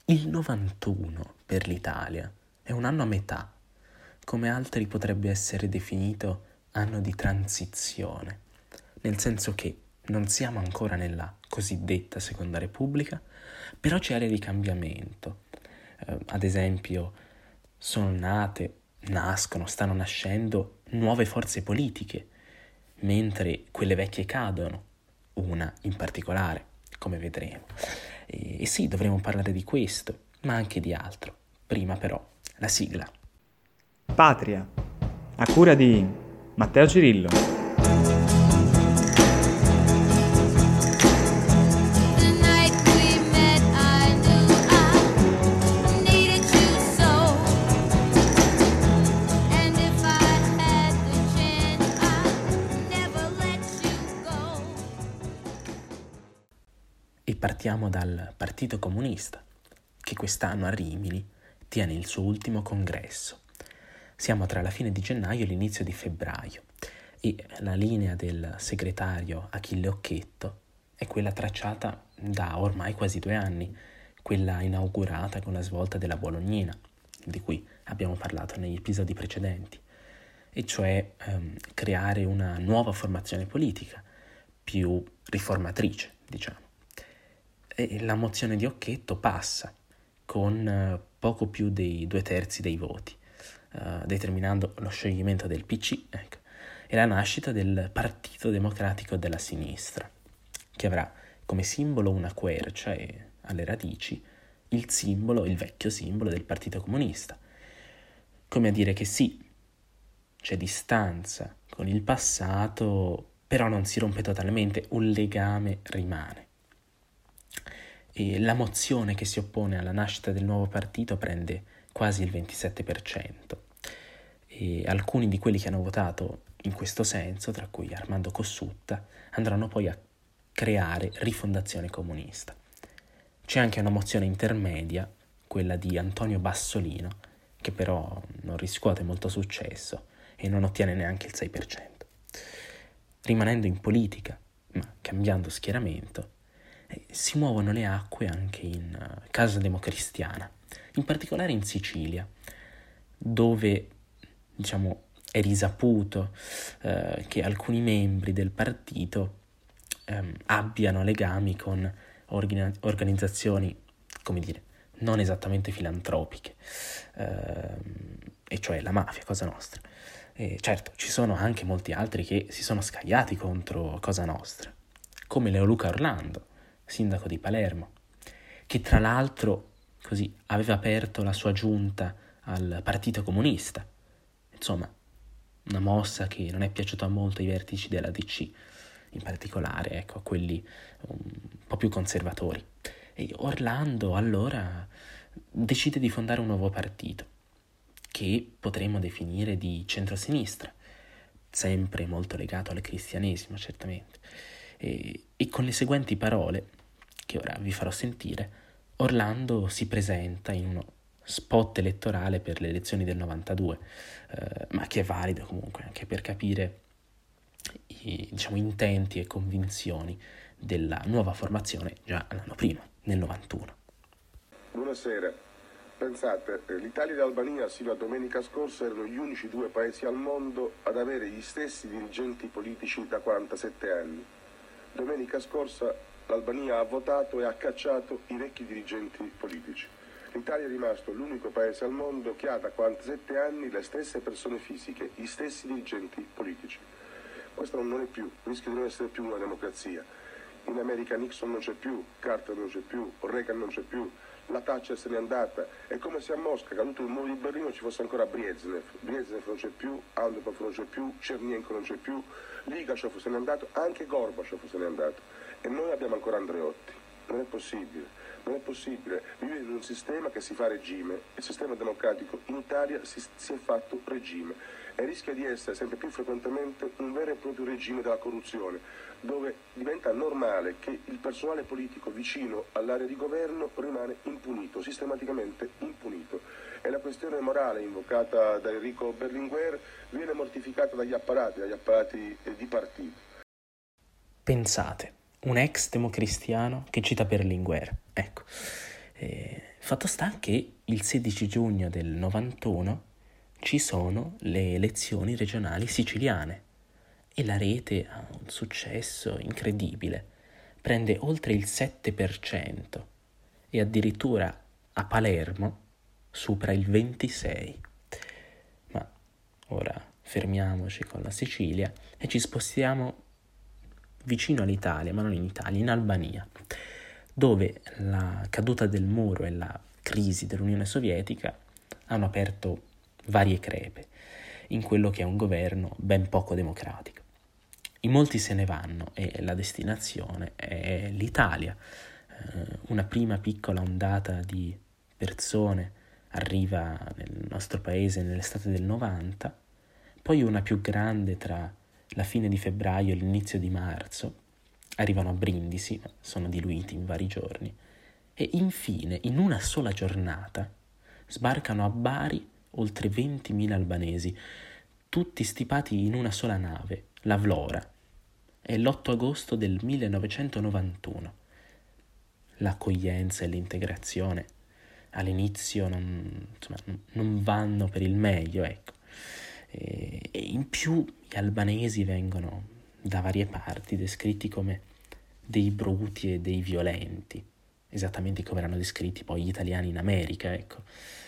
Il 91 per l'Italia è un anno a metà, come altri potrebbe essere definito anno di transizione, nel senso che non siamo ancora nella cosiddetta Seconda Repubblica, però c'è area di cambiamento. Ad esempio, stanno nascendo nuove forze politiche, mentre quelle vecchie cadono, una in particolare, come vedremo. E sì, dovremo parlare di questo, ma anche di altro. Prima però, la sigla. Patria, a cura di Matteo Cirillo. E partiamo dal Partito Comunista, che quest'anno a Rimini tiene il suo ultimo congresso. Siamo tra la fine di gennaio e l'inizio di febbraio e la linea del segretario Achille Occhetto è quella tracciata da ormai quasi 2 anni, quella inaugurata con la svolta della Bolognina, di cui abbiamo parlato negli episodi precedenti, e cioè creare una nuova formazione politica, più riformatrice, diciamo. E la mozione di Occhetto passa con poco più dei 2/3 dei voti, determinando lo scioglimento del PC, e la nascita del Partito Democratico della Sinistra, che avrà come simbolo una quercia e alle radici il vecchio simbolo del Partito Comunista. Come a dire che sì, c'è distanza con il passato, però non si rompe totalmente, un legame rimane. E la mozione che si oppone alla nascita del nuovo partito prende quasi il 27%. E alcuni di quelli che hanno votato in questo senso, tra cui Armando Cossutta, andranno poi a creare Rifondazione Comunista. C'è anche una mozione intermedia, quella di Antonio Bassolino, che però non riscuote molto successo e non ottiene neanche il 6%. Rimanendo in politica, ma cambiando schieramento, si muovono le acque anche in casa democristiana, in particolare in Sicilia, dove è risaputo che alcuni membri del partito abbiano legami con organizzazioni, come dire, non esattamente filantropiche, e cioè la mafia, Cosa Nostra. E certo, ci sono anche molti altri che si sono scagliati contro Cosa Nostra, come Leoluca Orlando, sindaco di Palermo, che tra l'altro così aveva aperto la sua giunta al Partito Comunista. Insomma, una mossa che non è piaciuta molto ai vertici della DC, in particolare, a quelli un po' più conservatori. E Orlando allora decide di fondare un nuovo partito, che potremmo definire di centrosinistra, sempre molto legato al cristianesimo, certamente. E con le seguenti parole, che ora vi farò sentire, Orlando si presenta in uno spot elettorale per le elezioni del 92, ma che è valido comunque anche per capire i intenti e convinzioni della nuova formazione già l'anno prima, nel 91. Buonasera. Pensate, l'Italia e l'Albania sino a domenica scorsa erano gli unici 2 paesi al mondo ad avere gli stessi dirigenti politici da 47 anni. Domenica scorsa l'Albania ha votato e ha cacciato i vecchi dirigenti politici. L'Italia è rimasto l'unico paese al mondo che ha da 47 anni le stesse persone fisiche, gli stessi dirigenti politici. Questo non è più, rischia di non essere più una democrazia. In America Nixon non c'è più, Carter non c'è più, Reagan non c'è più, la Thatcher se n'è andata. È come se a Mosca, caduto il muro di Berlino, ci fosse ancora Brezhnev. Brezhnev non c'è più, Andropov non c'è più, Chernenko non c'è più, Ligachev se n'è andato, anche Gorbachev se n'è andato. E noi abbiamo ancora Andreotti. Non è possibile. Non è possibile vivere in un sistema che si fa regime. Il sistema democratico in Italia si è fatto regime e rischia di essere sempre più frequentemente un vero e proprio regime della corruzione, dove diventa normale che il personale politico vicino all'area di governo rimane impunito, sistematicamente impunito. E la questione morale invocata da Enrico Berlinguer viene mortificata dagli apparati di partito. Pensate, un ex democristiano che cita Berlinguer, Fatto sta che il 16 giugno del 91 ci sono le elezioni regionali siciliane e la rete ha un successo incredibile, prende oltre il 7% e addirittura a Palermo supera il 26%. Ma ora fermiamoci con la Sicilia e ci spostiamo vicino all'Italia, ma non in Italia, in Albania, dove la caduta del muro e la crisi dell'Unione Sovietica hanno aperto varie crepe in quello che è un governo ben poco democratico. In molti se ne vanno e la destinazione è l'Italia. Una prima piccola ondata di persone arriva nel nostro paese nell'estate del 90, poi una più grande tra la fine di febbraio e l'inizio di marzo, arrivano a Brindisi, ma sono diluiti in vari giorni, e infine, in una sola giornata, sbarcano a Bari oltre 20.000 albanesi, tutti stipati in una sola nave, la Vlora. È l'8 agosto del 1991. L'accoglienza e l'integrazione all'inizio non vanno per il meglio, ecco. E in più gli albanesi vengono da varie parti descritti come dei bruti e dei violenti, esattamente come erano descritti poi gli italiani in America, ecco.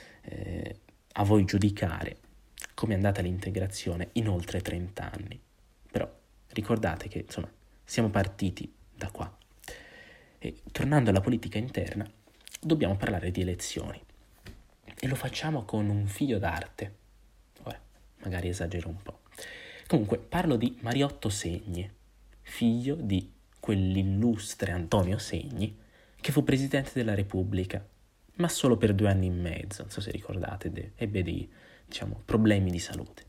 A voi giudicare come è andata l'integrazione in oltre 30 anni. Però ricordate che siamo partiti da qua. E tornando alla politica interna, dobbiamo parlare di elezioni. E lo facciamo con un figlio d'arte. Ora, magari esagero un po'. Comunque, parlo di Mariotto Segni, figlio di quell'illustre Antonio Segni, che fu presidente della Repubblica, ma solo per 2 anni e mezzo, non so se ricordate, ebbe dei, problemi di salute.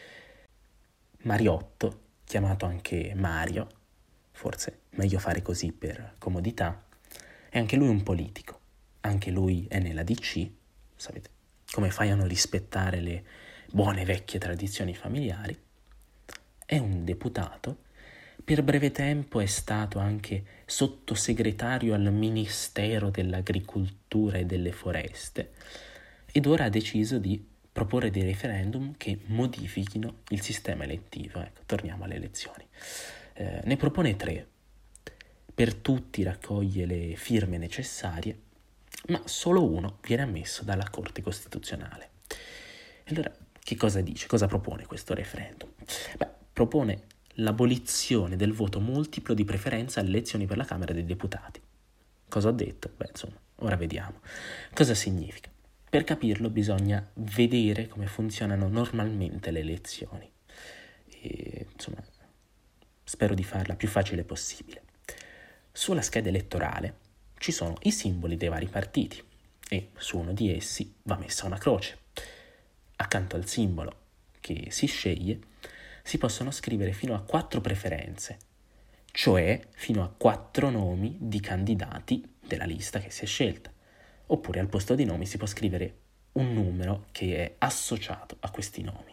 Mariotto, chiamato anche Mario, forse meglio fare così per comodità, è anche lui un politico, anche lui è nella DC, sapete come fai a non rispettare le buone vecchie tradizioni familiari, è un deputato, per breve tempo è stato anche sottosegretario al Ministero dell'Agricoltura e delle Foreste ed ora ha deciso di proporre dei referendum che modifichino il sistema elettivo. Ecco, torniamo alle elezioni. Ne propone 3. Per tutti raccoglie le firme necessarie, ma solo uno viene ammesso dalla Corte Costituzionale. E allora, che cosa dice? Cosa propone questo referendum? Propone l'abolizione del voto multiplo di preferenza alle elezioni per la Camera dei Deputati. Cosa ho detto? Ora vediamo. Cosa significa? Per capirlo bisogna vedere come funzionano normalmente le elezioni. E, spero di farla più facile possibile. Sulla scheda elettorale ci sono i simboli dei vari partiti e su uno di essi va messa una croce. Accanto al simbolo che si sceglie si possono scrivere fino a 4 preferenze, cioè fino a 4 nomi di candidati della lista che si è scelta. Oppure al posto di nomi si può scrivere un numero che è associato a questi nomi.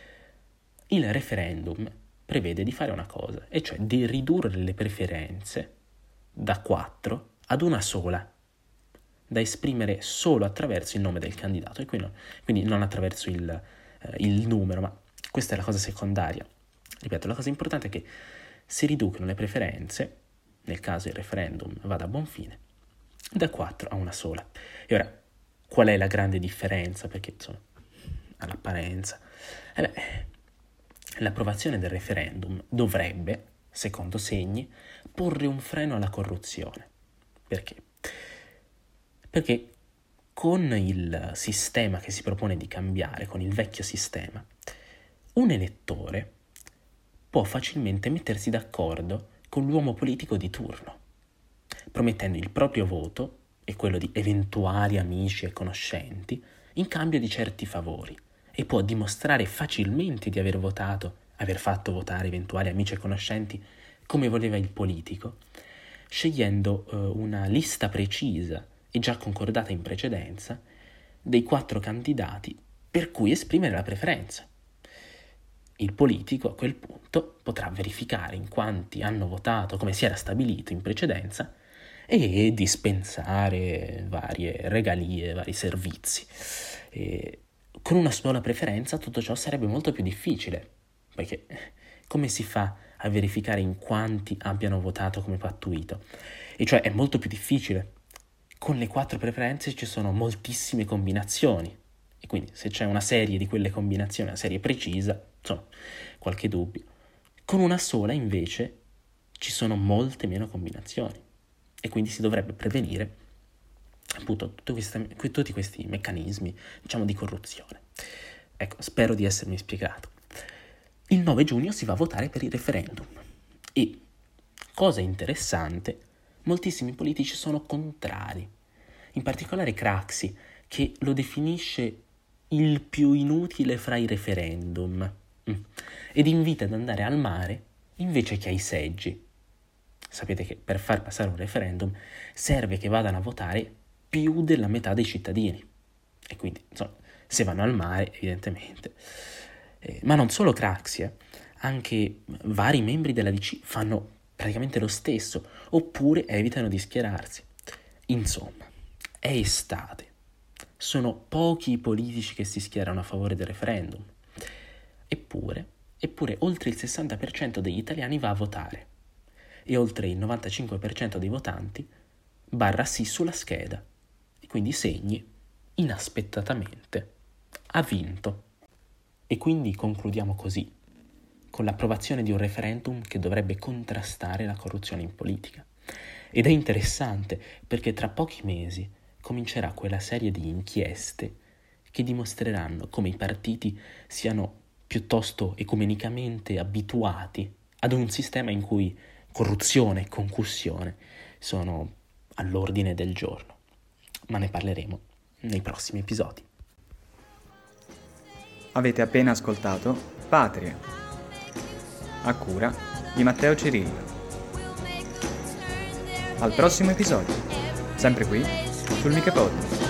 Il referendum prevede di fare una cosa, e cioè di ridurre le preferenze da 4 ad una sola, da esprimere solo attraverso il nome del candidato, e quindi non attraverso il numero, ma questa è la cosa secondaria. Ripeto, la cosa importante è che si riducono le preferenze, nel caso il referendum vada a buon fine, da 4 a una sola. E ora, qual è la grande differenza? Perché, all'apparenza, l'approvazione del referendum dovrebbe, secondo Segni, porre un freno alla corruzione. Perché? Perché con il sistema che si propone di cambiare, con il vecchio sistema, un elettore può facilmente mettersi d'accordo con l'uomo politico di turno, promettendo il proprio voto e quello di eventuali amici e conoscenti in cambio di certi favori, e può dimostrare facilmente di aver fatto votare eventuali amici e conoscenti come voleva il politico, scegliendo una lista precisa e già concordata in precedenza dei 4 candidati per cui esprimere la preferenza. Il politico a quel punto potrà verificare in quanti hanno votato come si era stabilito in precedenza e dispensare varie regalie, vari servizi. Con una sola preferenza tutto ciò sarebbe molto più difficile, perché come si fa a verificare in quanti abbiano votato come pattuito? E cioè è molto più difficile. Con le 4 preferenze ci sono moltissime combinazioni, e quindi se c'è una serie di quelle combinazioni, una serie precisa, insomma, qualche dubbio. Con una sola invece ci sono molte meno combinazioni, e quindi si dovrebbe prevenire appunto tutti questi meccanismi, diciamo, di corruzione. Ecco, spero di essermi spiegato. Il 9 giugno si va a votare per il referendum e, cosa interessante, moltissimi politici sono contrari, in particolare Craxi, che lo definisce il più inutile fra i referendum ed invita ad andare al mare invece che ai seggi. Sapete che per far passare un referendum serve che vadano a votare più della metà dei cittadini, e quindi insomma, se vanno al mare evidentemente. Ma non solo Craxi, anche vari membri della DC fanno praticamente lo stesso, oppure evitano di schierarsi. Insomma, è estate, sono pochi i politici che si schierano a favore del referendum, eppure oltre il 60% degli italiani va a votare e oltre il 95% dei votanti barra sì sulla scheda, e quindi segni inaspettatamente ha vinto. E quindi concludiamo così, con l'approvazione di un referendum che dovrebbe contrastare la corruzione in politica. Ed è interessante perché tra pochi mesi comincerà quella serie di inchieste che dimostreranno come i partiti siano piuttosto ecumenicamente abituati ad un sistema in cui corruzione e concussione sono all'ordine del giorno. Ma ne parleremo nei prossimi episodi. Avete appena ascoltato Patria, a cura di Matteo Cirillo. Al prossimo episodio, sempre qui sul Michepod.